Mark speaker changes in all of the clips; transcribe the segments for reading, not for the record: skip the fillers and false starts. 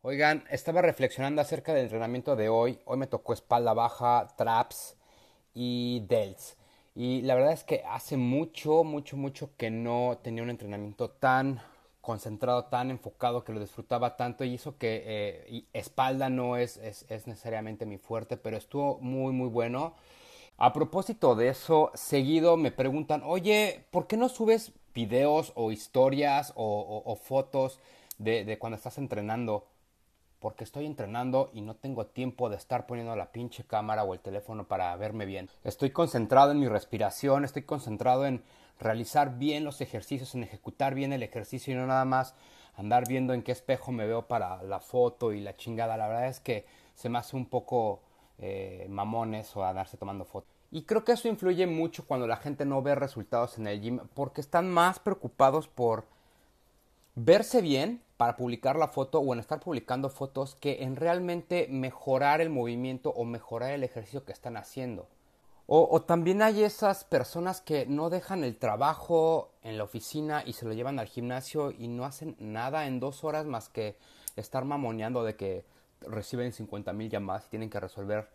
Speaker 1: Oigan, estaba reflexionando acerca del entrenamiento de hoy. Hoy me tocó espalda baja, traps y delts. Y la verdad es que hace mucho que no tenía un entrenamiento tan concentrado, tan enfocado, que lo disfrutaba tanto. Y eso que y espalda no es necesariamente mi fuerte, pero estuvo muy bueno. A propósito de eso, seguido me preguntan, oye, ¿por qué no subes videos o historias o fotos de cuando estás entrenando? Porque estoy entrenando y no tengo tiempo de estar poniendo la pinche cámara o el teléfono para verme bien. Estoy concentrado en mi respiración, estoy concentrado en realizar bien los ejercicios, en ejecutar bien el ejercicio y no nada más andar viendo en qué espejo me veo para la foto y la chingada. La verdad es que se me hace un poco mamón eso, andarse tomando fotos. Y creo que eso influye mucho cuando la gente no ve resultados en el gym porque están más preocupados por verse bien para publicar la foto o en estar publicando fotos que en realmente mejorar el movimiento o mejorar el ejercicio que están haciendo. O también hay esas personas que no dejan el trabajo en la oficina y se lo llevan al gimnasio y no hacen nada en 2 horas más que estar mamoneando de que reciben 50,000 llamadas y tienen que resolver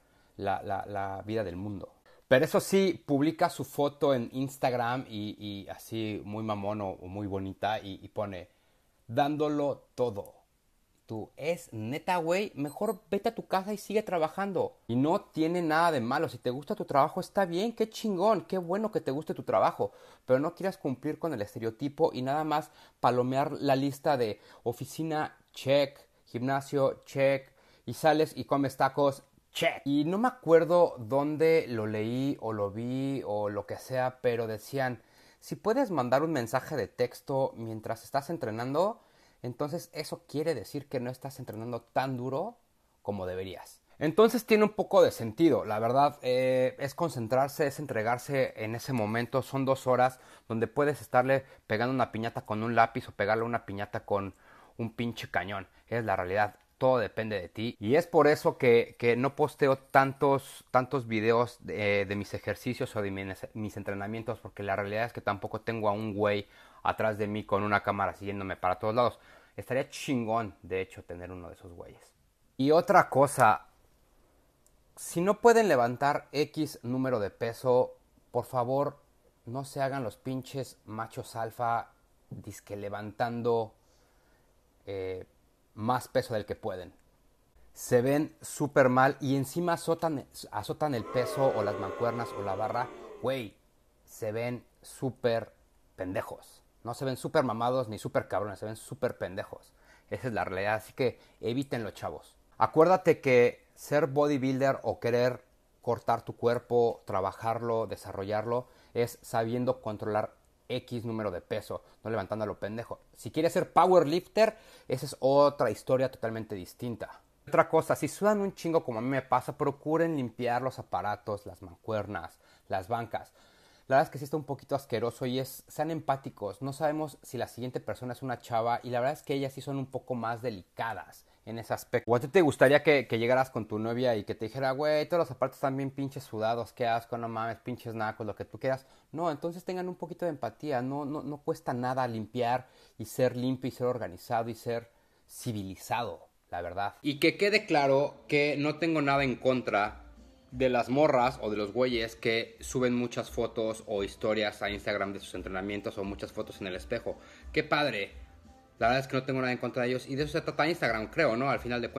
Speaker 1: la vida del mundo. Pero eso sí, publica su foto en Instagram y así muy mamón o muy bonita y pone dándolo todo. Tú, es neta, güey, mejor vete a tu casa y sigue trabajando. Y no tiene nada de malo. Si te gusta tu trabajo, está bien, qué chingón, qué bueno que te guste tu trabajo. Pero no quieras cumplir con el estereotipo y nada más palomear la lista de oficina, check, gimnasio, check, y sales y comes tacos, check. Y no me acuerdo dónde lo leí o lo vi o lo que sea, pero decían, si puedes mandar un mensaje de texto mientras estás entrenando, entonces eso quiere decir que no estás entrenando tan duro como deberías. Entonces tiene un poco de sentido, la verdad es concentrarse, es entregarse en ese momento, son 2 horas donde puedes estarle pegando una piñata con un lápiz o pegarle una piñata con un pinche cañón, es la realidad, todo depende de ti y es por eso que no posteo tantos videos de mis ejercicios o de mis entrenamientos porque la realidad es que tampoco tengo a un güey atrás de mí con una cámara siguiéndome para todos lados. Estaría chingón, de hecho, tener uno de esos güeyes. Y otra cosa, si no pueden levantar X número de peso, por favor, no se hagan los pinches machos alfa disque levantando eh, más peso del que pueden. Se ven súper mal y encima azotan el peso o las mancuernas o la barra. Güey, se ven súper pendejos. No se ven súper mamados ni súper cabrones, se ven súper pendejos. Esa es la realidad, así que evítenlo, chavos. Acuérdate que ser bodybuilder o querer cortar tu cuerpo, trabajarlo, desarrollarlo, es sabiendo controlar X número de peso, no levantando a lo pendejo. Si quieres ser powerlifter, esa es otra historia totalmente distinta. Otra cosa, si sudan un chingo como a mí me pasa, procuren limpiar los aparatos, las mancuernas, las bancas. La verdad es que sí está un poquito asqueroso y sean empáticos. No sabemos si la siguiente persona es una chava y la verdad es que ellas sí son un poco más delicadas en ese aspecto. ¿O a ti te gustaría que llegaras con tu novia y que te dijera, güey, todos los aparatos están bien pinches sudados, qué asco, no mames, pinches nacos, lo que tú quieras? No, entonces tengan un poquito de empatía. No cuesta nada limpiar y ser limpio y ser organizado y ser civilizado, la verdad. Y que quede claro que no tengo nada en contra de las morras o de los güeyes que suben muchas fotos o historias a Instagram de sus entrenamientos o muchas fotos en el espejo. Qué padre. La verdad es que no tengo nada en contra de ellos y de eso se trata Instagram, creo, ¿no? Al final de cuentas.